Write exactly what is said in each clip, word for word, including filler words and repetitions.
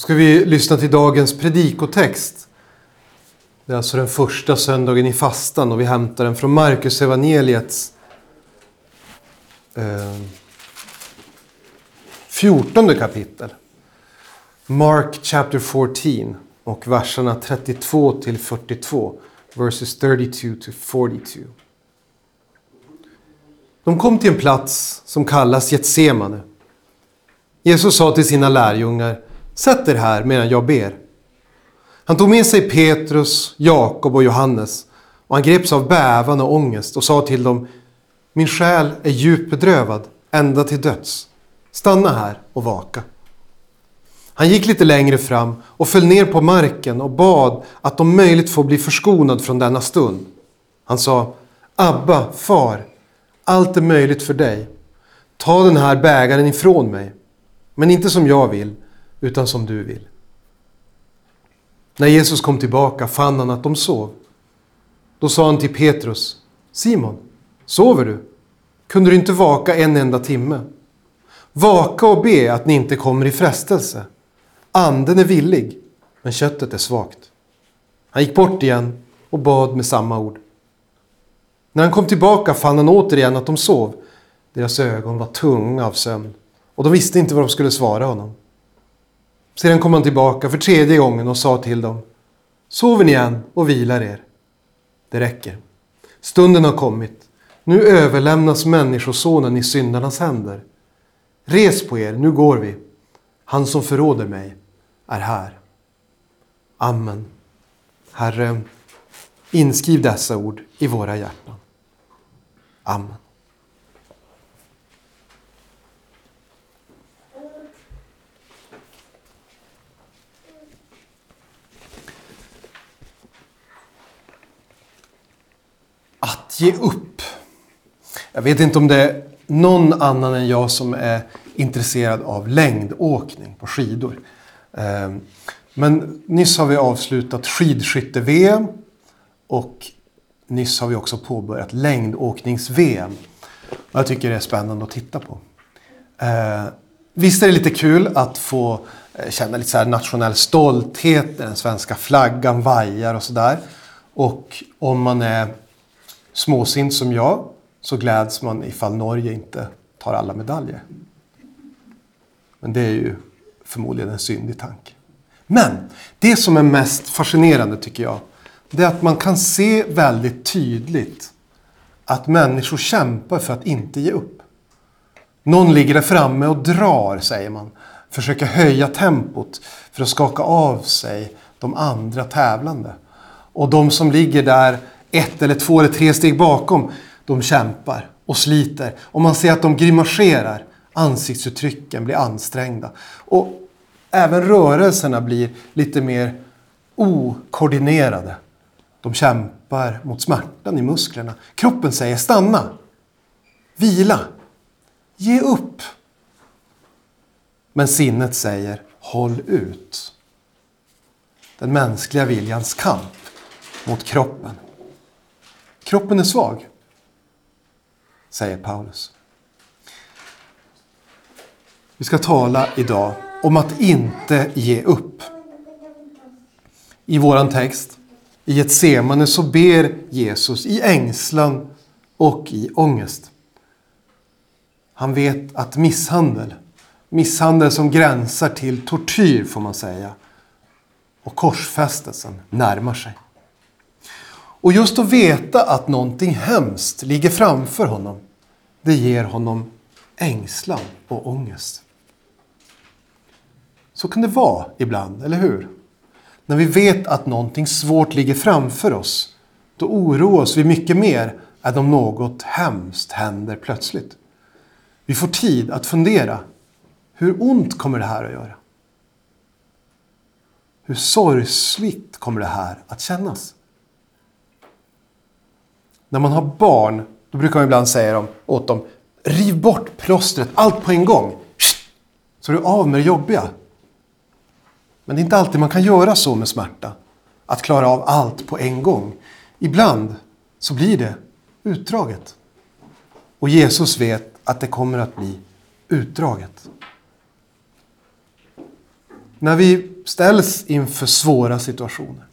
Ska vi lyssna till dagens predikotext. Det är alltså den första söndagen i fastan och vi hämtar den från Markus evangeliets eh, fjortonde kapitel. Mark chapter fourteen och verserna trettiotvå till fyrtiotvå. Verses thirty-two to forty-two. De kom till en plats som kallas Getsemane. Jesus sa till sina lärjungar: sätt er här medan jag ber. Han tog med sig Petrus, Jakob och Johannes och han greps av bävan och ångest och sa till dem: min själ är djupt bedrövad ända till döds. Stanna här och vaka. Han gick lite längre fram och föll ner på marken och bad att om möjligt få bli förskonad från denna stund. Han sa: Abba, far, allt är möjligt för dig. Ta den här bägaren ifrån mig, men inte som jag vill, utan som du vill. När Jesus kom tillbaka fann han att de sov. Då sa han till Petrus: Simon, sover du? Kunde du inte vaka en enda timme? Vaka och be att ni inte kommer i frestelse. Anden är villig, men köttet är svagt. Han gick bort igen och bad med samma ord. När han kom tillbaka fann han återigen att de sov. Deras ögon var tunga av sömn och de visste inte vad de skulle svara honom. Sedan kom han tillbaka för tredje gången och sa till dem: sover ni än och vilar er? Det räcker. Stunden har kommit. Nu överlämnas människosonen i syndarnas händer. Res på er, nu går vi. Han som förråder mig är här. Amen. Herre, inskriv dessa ord i våra hjärtan. Amen. Att ge upp. Jag vet inte om det är någon annan än jag som är intresserad av längdåkning på skidor. Men nyss har vi avslutat skidskytte-V M och nyss har vi också påbörjat längdåknings-V M. Jag tycker det är spännande att titta på. Visst är det lite kul att få känna lite så här nationell stolthet när den svenska flaggan vajar och sådär. Och om man är småsint som jag så gläds man ifall Norge inte tar alla medaljer. Men det är ju förmodligen en syndig tanke. Men det som är mest fascinerande tycker jag, det är att man kan se väldigt tydligt att människor kämpar för att inte ge upp. Någon ligger där framme och drar, säger man. Försöker höja tempot för att skaka av sig de andra tävlande. Och de som ligger där ett eller två eller tre steg bakom, de kämpar och sliter. Och man ser att de grimaserar. Ansiktsuttrycken blir ansträngda. Och även rörelserna blir lite mer okoordinerade. De kämpar mot smärtan i musklerna. Kroppen säger stanna. Vila. Ge upp. Men sinnet säger håll ut. Den mänskliga viljans kamp mot kroppen. Kroppen är svag, säger Paulus. Vi ska tala idag om att inte ge upp. I våran text, i Getsemane, så ber Jesus i ängslan och i ångest. Han vet att misshandel, misshandel som gränsar till tortyr får man säga, och korsfästelsen närmar sig. Och just att veta att någonting hemskt ligger framför honom, det ger honom ängslan och ångest. Så kan det vara ibland, eller hur? När vi vet att någonting svårt ligger framför oss, då oroas vi mycket mer än om något hemskt händer plötsligt. Vi får tid att fundera, hur ont kommer det här att göra? Hur sorgsligt kommer det här att kännas? När man har barn, då brukar man ibland säga dem, åt dem: riv bort plåstret, allt på en gång. Så är du av med det jobbiga. Men det är inte alltid man kan göra så med smärta. Att klara av allt på en gång. Ibland så blir det utdraget. Och Jesus vet att det kommer att bli utdraget. När vi ställs inför svåra situationer,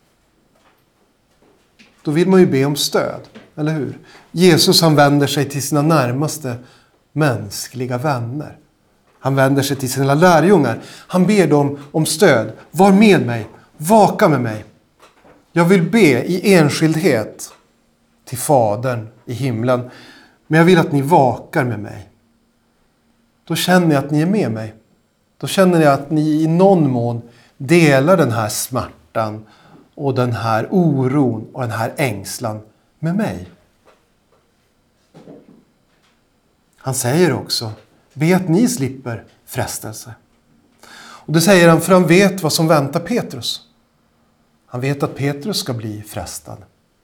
då vill man ju be om stöd, eller hur? Jesus, han vänder sig till sina närmaste mänskliga vänner. Han vänder sig till sina lärjungar. Han ber dem om stöd. Var med mig, vaka med mig. Jag vill be i enskildhet till Fadern i himlen, men jag vill att ni vakar med mig. Då känner jag att ni är med mig. Då känner jag att ni i någon mån delar den här smärtan och den här oron och den här ängslan med mig. Han säger också, be att ni slipper frestelse. Och det säger han för han vet vad som väntar Petrus. Han vet att Petrus ska bli frestad.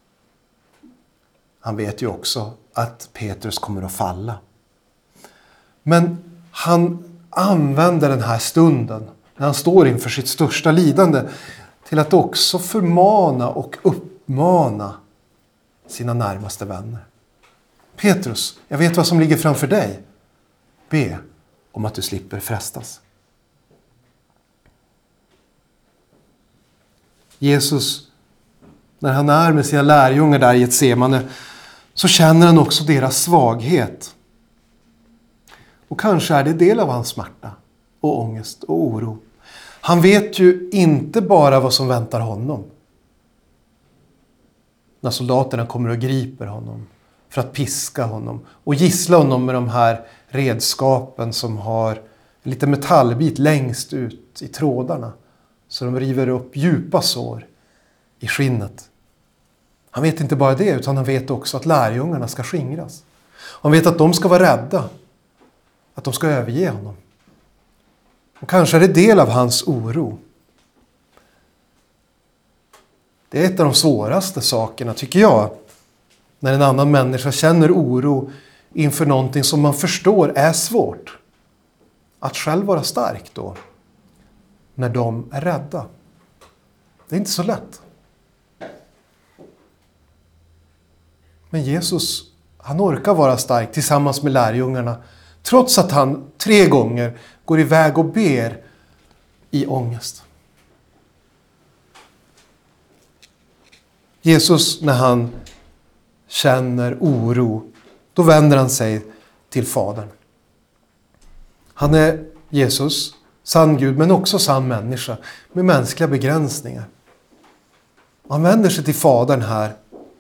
Han vet ju också att Petrus kommer att falla. Men han använder den här stunden, när han står inför sitt största lidande, till att också förmana och uppmana sina närmaste vänner. Petrus, jag vet vad som ligger framför dig. Be om att du slipper frestas. Jesus, när han är med sina lärjungar där i Getsemane, så känner han också deras svaghet. Och kanske är det del av hans smärta och ångest och oro. Han vet ju inte bara vad som väntar honom. När soldaterna kommer och griper honom för att piska honom och gissla honom med de här redskapen som har en liten metallbit längst ut i trådarna. Så de river upp djupa sår i skinnet. Han vet inte bara det, utan han vet också att lärjungarna ska skingras. Han vet att de ska vara rädda. Att de ska överge honom. Och kanske är det del av hans oro. Det är ett av de svåraste sakerna, tycker jag. När en annan människa känner oro inför någonting som man förstår är svårt. Att själv vara stark då. När de är rädda. Det är inte så lätt. Men Jesus, han orkar vara stark tillsammans med lärjungarna. Trots att han tre gånger går iväg och ber i ångest. Jesus, när han känner oro, då vänder han sig till Fadern. Han är Jesus, sann Gud, men också sann människa med mänskliga begränsningar. Han vänder sig till Fadern här.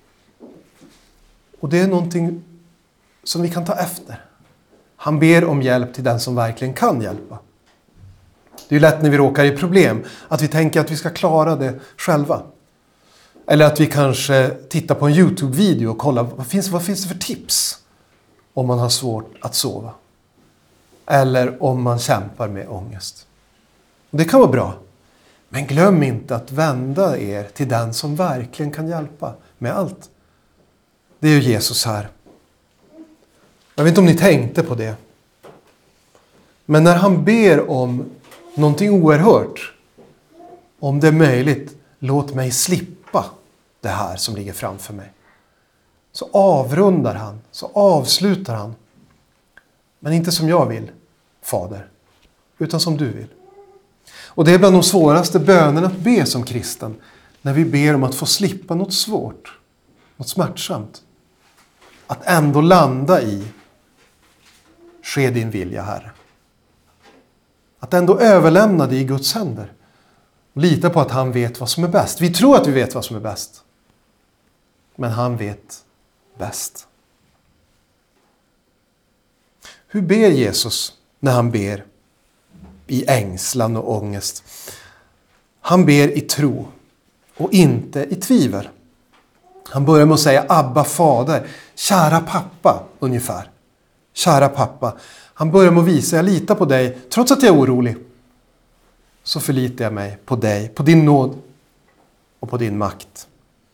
Och det är någonting som vi kan ta efter. Han ber om hjälp till den som verkligen kan hjälpa. Det är ju lätt när vi råkar i problem att vi tänker att vi ska klara det själva. Eller att vi kanske tittar på en YouTube-video och kollar vad finns, vad finns det för tips om man har svårt att sova. Eller om man kämpar med ångest. Och det kan vara bra. Men glöm inte att vända er till den som verkligen kan hjälpa med allt. Det är ju Jesus här. Jag vet inte om ni tänkte på det. Men när han ber om någonting oerhört. Om det är möjligt, låt mig slippa det här som ligger framför mig. Så avrundar han, så avslutar han. Men inte som jag vill, Fader. Utan som du vill. Och det är bland de svåraste bönerna att be som kristen. När vi ber om att få slippa något svårt. Något smärtsamt. Att ändå landa i ske din vilja, Herre. Att ändå överlämna det i Guds händer. Och lita på att han vet vad som är bäst. Vi tror att vi vet vad som är bäst. Men han vet bäst. Hur ber Jesus när han ber i ängslan och ångest? Han ber i tro och inte i tvivel. Han börjar med att säga Abba fader, kära pappa ungefär. Kära pappa. Han börjar med att visa, jag litar på dig trots att jag är orolig. Så förlitar jag mig på dig, på din nåd och på din makt.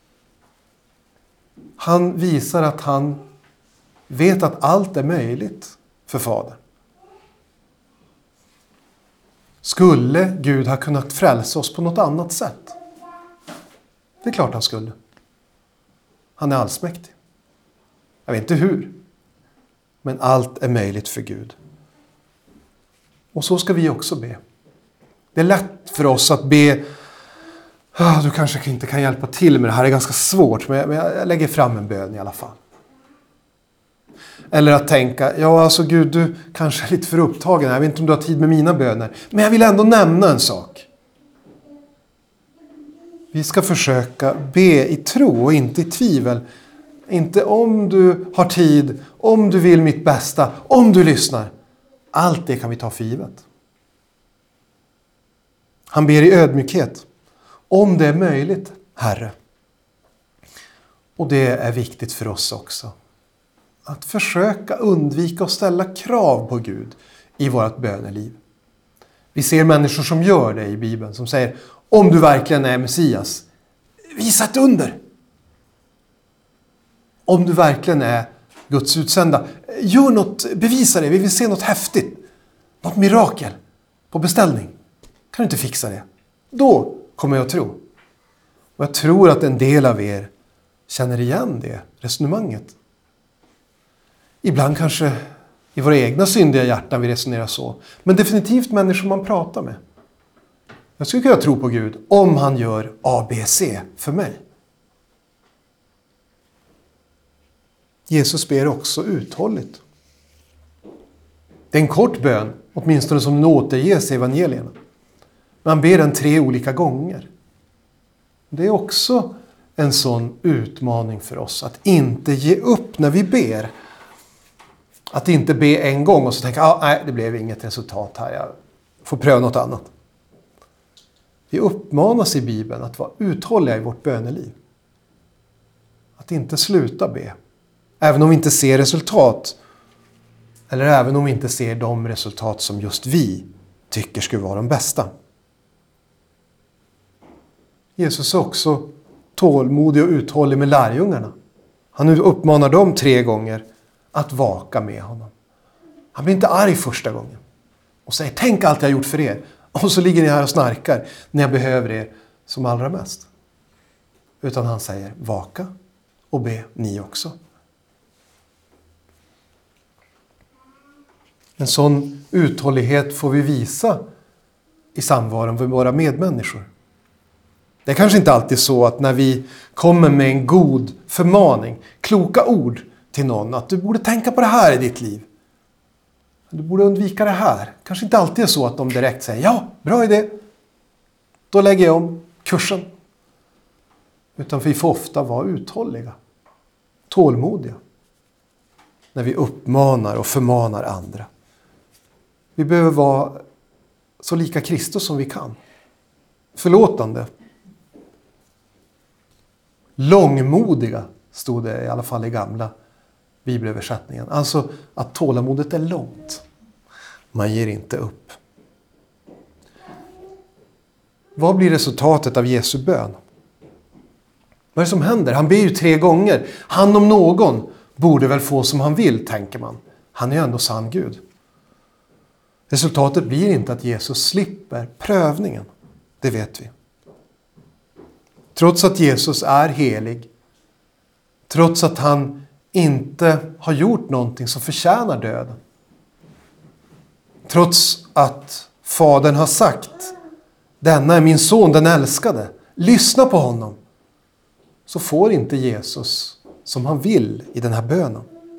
Han visar att han vet att allt är möjligt för Fadern. Skulle Gud ha kunnat frälsa oss på något annat sätt? Det är klart han skulle. Han är allsmäktig. Jag vet inte hur. Men allt är möjligt för Gud. Och så ska vi också be. Det är lätt för oss att be, oh, du kanske inte kan hjälpa till med det här, det är ganska svårt, men jag, men jag lägger fram en bön i alla fall. Eller att tänka, ja alltså Gud, du kanske är lite för upptagen, jag vet inte om du har tid med mina böner, men jag vill ändå nämna en sak. Vi ska försöka be i tro och inte i tvivel. Inte om du har tid, om du vill mitt bästa, om du lyssnar. Allt det kan vi ta för givet. Han ber i ödmjukhet. Om det är möjligt, Herre. Och det är viktigt för oss också. Att försöka undvika att ställa krav på Gud i vårt böneliv. Vi ser människor som gör det i Bibeln. Som säger, om du verkligen är Messias, visa ett under. Om du verkligen är Guds utsända, gör något, bevisa det. Vi vill se något häftigt. Något mirakel på beställning. Kan du inte fixa det? Då kommer jag att tro. Och jag tror att en del av er känner igen det resonemanget. Ibland kanske i våra egna syndiga hjärtan vi resonerar så. Men definitivt människor man pratar med. Jag skulle kunna tro på Gud om han gör A B C för mig. Jesus ber också uthålligt. Det är en kort bön, åtminstone som den återges i evangelierna. Men han ber den tre olika gånger. Det är också en sån utmaning för oss att inte ge upp när vi ber. Att inte be en gång och så tänka, ah, nej det blev inget resultat här, jag får pröva något annat. Vi uppmanas i Bibeln att vara uthålliga i vårt böneliv. Att inte sluta be. Även om vi inte ser resultat. Eller även om vi inte ser de resultat som just vi tycker skulle vara de bästa. Jesus är också tålmodig och uthållig med lärjungarna. Han uppmanar dem tre gånger att vaka med honom. Han blir inte arg första gången. Och säger, tänk allt jag har gjort för er. Och så ligger ni här och snarkar när jag behöver er som allra mest. Utan han säger, vaka och be ni också. En sån uthållighet får vi visa i samvaron med våra medmänniskor. Det är kanske inte alltid så att när vi kommer med en god förmaning, kloka ord till någon, att du borde tänka på det här i ditt liv. Du borde undvika det här. Kanske inte alltid är så att de direkt säger, ja, bra idé. Då lägger jag om kursen. Utan vi får ofta vara uthålliga, tålmodiga. När vi uppmanar och förmanar andra. Vi behöver vara så lika Kristus som vi kan. Förlåtande. Långmodiga stod det i alla fall i gamla bibelöversättningen. Alltså att tålamodet är långt. Man ger inte upp. Vad blir resultatet av Jesu bön? Vad är det som händer? Han ber ju tre gånger. Han om någon borde väl få som han vill, tänker man. Han är ju ändå sann Gud. Resultatet blir inte att Jesus slipper prövningen. Det vet vi. Trots att Jesus är helig. Trots att han inte har gjort någonting som förtjänar döden. Trots att Fadern har sagt, denna är min son, den älskade. Lyssna på honom. Så får inte Jesus som han vill i den här bönen.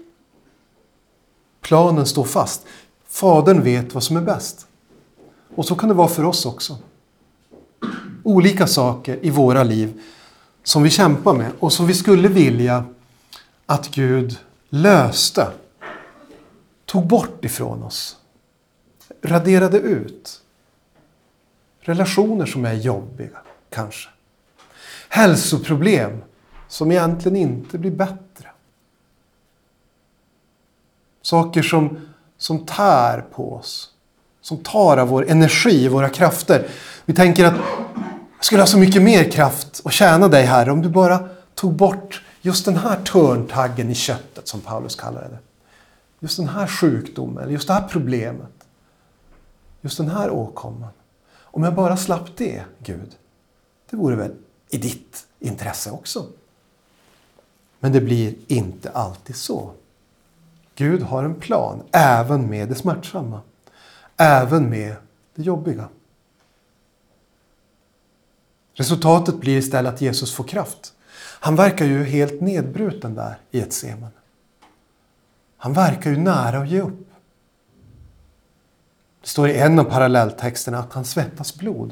Planen står fast. Fadern vet vad som är bäst. Och så kan det vara för oss också. Olika saker i våra liv som vi kämpar med och som vi skulle vilja att Gud löste. Tog bort ifrån oss. Raderade ut. Relationer som är jobbiga, kanske. Hälsoproblem som egentligen inte blir bättre. Saker som, som tär på oss. Som tar av vår energi, våra krafter. Vi tänker att jag skulle ha så mycket mer kraft att tjäna dig här om du bara tog bort just den här törntaggen i köttet som Paulus kallar det. Just den här sjukdomen, eller just det här problemet. Just den här åkomman. Om jag bara slapp det, Gud, det vore väl i ditt intresse också. Men det blir inte alltid så. Gud har en plan, även med det smärtsamma. Även med det jobbiga. Resultatet blir istället att Jesus får kraft. Han verkar ju helt nedbruten där i Getsemane. Han verkar ju nära att ge upp. Det står i en av parallelltexterna att han svettas blod.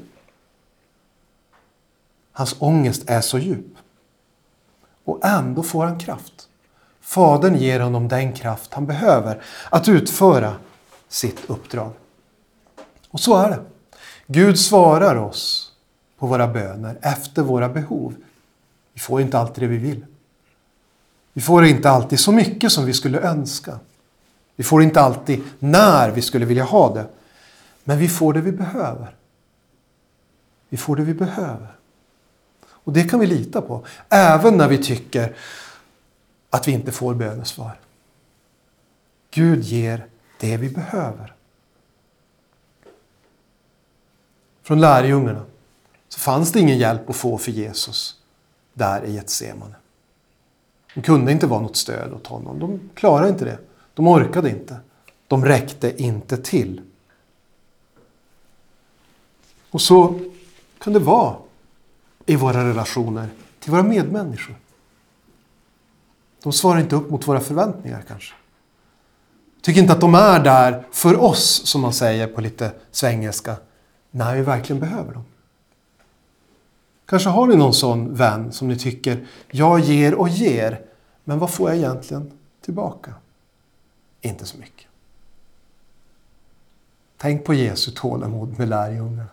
Hans ångest är så djup. Och ändå får han kraft. Fadern ger honom den kraft han behöver att utföra sitt uppdrag. Och så är det. Gud svarar oss på våra böner efter våra behov. Vi får inte alltid det vi vill. Vi får inte alltid så mycket som vi skulle önska. Vi får inte alltid när vi skulle vilja ha det. Men vi får det vi behöver. Vi får det vi behöver. Och det kan vi lita på. Även när vi tycker att vi inte får bönesvar. Gud ger det vi behöver. Från lärjungarna så fanns det ingen hjälp att få för Jesus där i Getsemane. De kunde inte vara något stöd åt honom. De klarade inte det. De orkade inte. De räckte inte till. Och så kan det vara i våra relationer till våra medmänniskor. De svarar inte upp mot våra förväntningar kanske. Tycker inte att de är där för oss, som man säger på lite svengelska, när vi verkligen behöver dem. Kanske har ni någon sån vän som ni tycker, jag ger och ger, men vad får jag egentligen tillbaka? Inte så mycket. Tänk på Jesu tålamod med lärjungarna.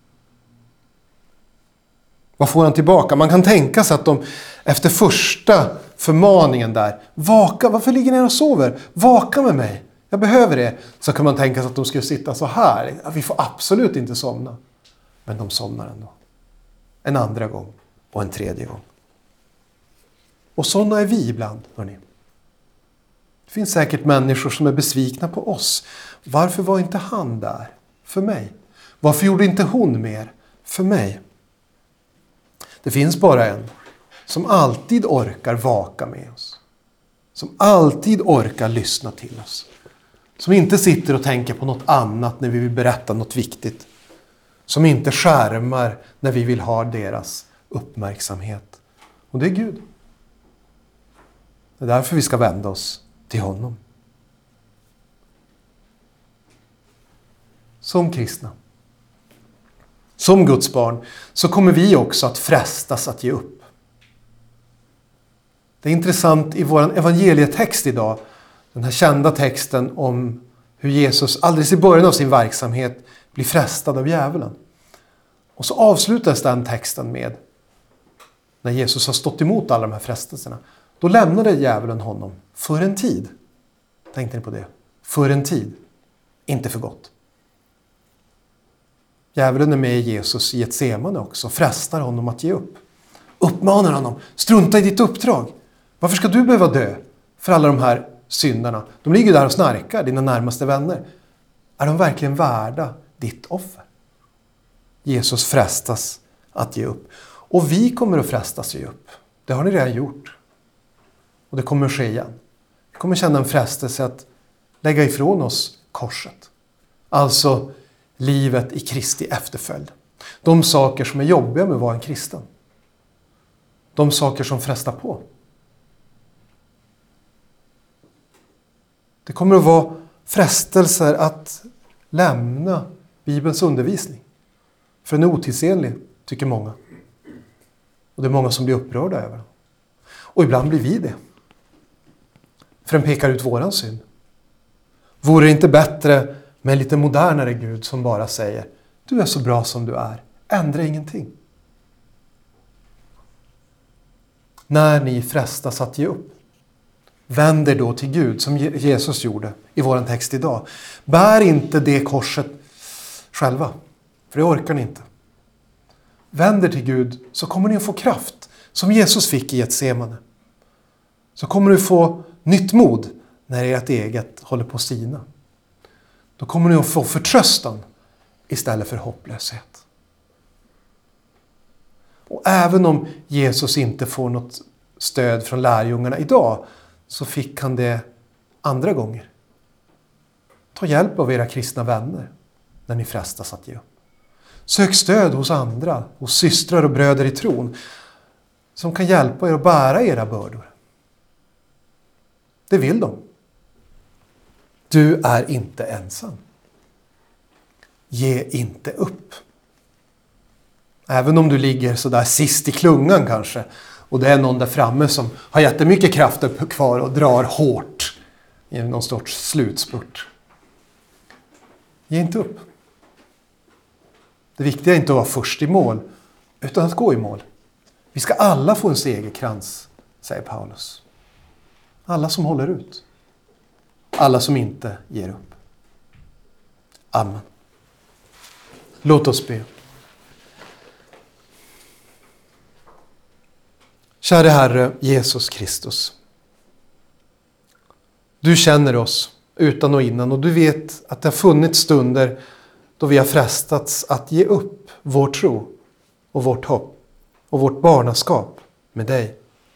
Vad får han tillbaka? Man kan tänka sig att de efter första förmaningen där, vaka, varför ligger ni och sover? Vaka med mig, jag behöver det. Så kan man tänka sig att de skulle sitta så här. Vi får absolut inte somna. Men de somnar ändå. En andra gång och en tredje gång. Och sådana är vi ibland, hörni. Det finns säkert människor som är besvikna på oss. Varför var inte han där för mig? Varför gjorde inte hon mer för mig? Det finns bara en som alltid orkar vaka med oss. Som alltid orkar lyssna till oss. Som inte sitter och tänker på något annat när vi vill berätta något viktigt. Som inte skärmar när vi vill ha deras uppmärksamhet. Och det är Gud. Det är därför vi ska vända oss till honom. Som kristna, som Guds barn, så kommer vi också att frestas att ge upp. Det är intressant i vår evangelietext idag, den här kända texten om hur Jesus alldeles i början av sin verksamhet blir frestad av djävulen. Och så avslutas den texten med, när Jesus har stått emot alla de här frestelserna, då lämnade djävulen honom för en tid. Tänkte ni på det? För en tid. Inte för gott. Djävulen är med i Jesus i Getsemane också. Frestar honom att ge upp. Uppmanar honom. Strunta i ditt uppdrag. Varför ska du behöva dö för alla de här syndarna? De ligger där och snarkar, dina närmaste vänner. Är de verkligen värda ditt offer? Jesus frestas att ge upp. Och vi kommer att frestas att ge upp. Det har ni redan gjort. Och det kommer att ske igen. Vi kommer känna en frestelse att lägga ifrån oss korset. Alltså livet i Kristi efterföljd. De saker som är jobbiga med att vara en kristen. De saker som frestar på. Det kommer att vara frestelser att lämna Bibelns undervisning. För den är otidsenlig, tycker många. Och det är många som blir upprörda över den. Och ibland blir vi det. För den pekar ut våran synd. Vore det inte bättre med en lite modernare Gud som bara säger, du är så bra som du är, ändra ingenting. När ni frestas att ge upp, vänd er då till Gud som Jesus gjorde i våran text idag. Bär inte det korset själva, för det orkar ni inte. Vänd er till Gud så kommer ni att få kraft som Jesus fick i Getsemane. Så kommer du få nytt mod när ert eget håller på att sina. Då kommer ni att få förtröstan istället för hopplöshet. Och även om Jesus inte får något stöd från lärjungarna idag, så fick han det andra gånger. Ta hjälp av era kristna vänner när ni frestas att ge upp. Sök stöd hos andra, hos systrar och bröder i tron, som kan hjälpa er att bära era bördor. Det vill de. Du är inte ensam. Ge inte upp. Även om du ligger så där sist i klungan kanske, och det är någon där framme som har jättemycket krafter kvar och drar hårt i någon sorts slutspurt. Ge inte upp. Det viktiga är inte att vara först i mål, utan att gå i mål. Vi ska alla få en segerkrans, säger Paulus. Alla som håller ut. Alla som inte ger upp. Amen. Låt oss be. Käre Herre Jesus Kristus. Du känner oss utan och innan, och du vet att det har funnits stunder då vi har frestats att ge upp vår tro och vårt hopp och vårt barnaskap med dig.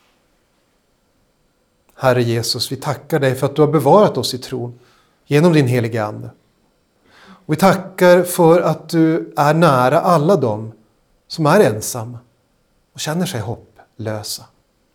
Herre Jesus, vi tackar dig för att du har bevarat oss i tron genom din heliga ande. Och vi tackar för att du är nära alla dem som är ensamma och känner sig hopplösa.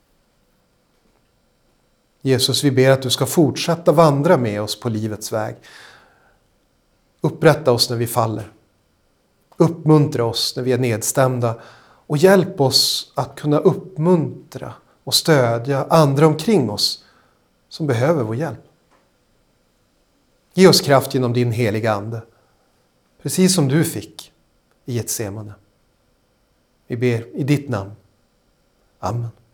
Jesus, vi ber att du ska fortsätta vandra med oss på livets väg. Upprätta oss när vi faller. Uppmuntra oss när vi är nedstämda. Och hjälp oss att kunna uppmuntra och stödja andra omkring oss som behöver vår hjälp. Ge oss kraft genom din heliga ande. Precis som du fick i Getsemane. Vi ber i ditt namn. Amen.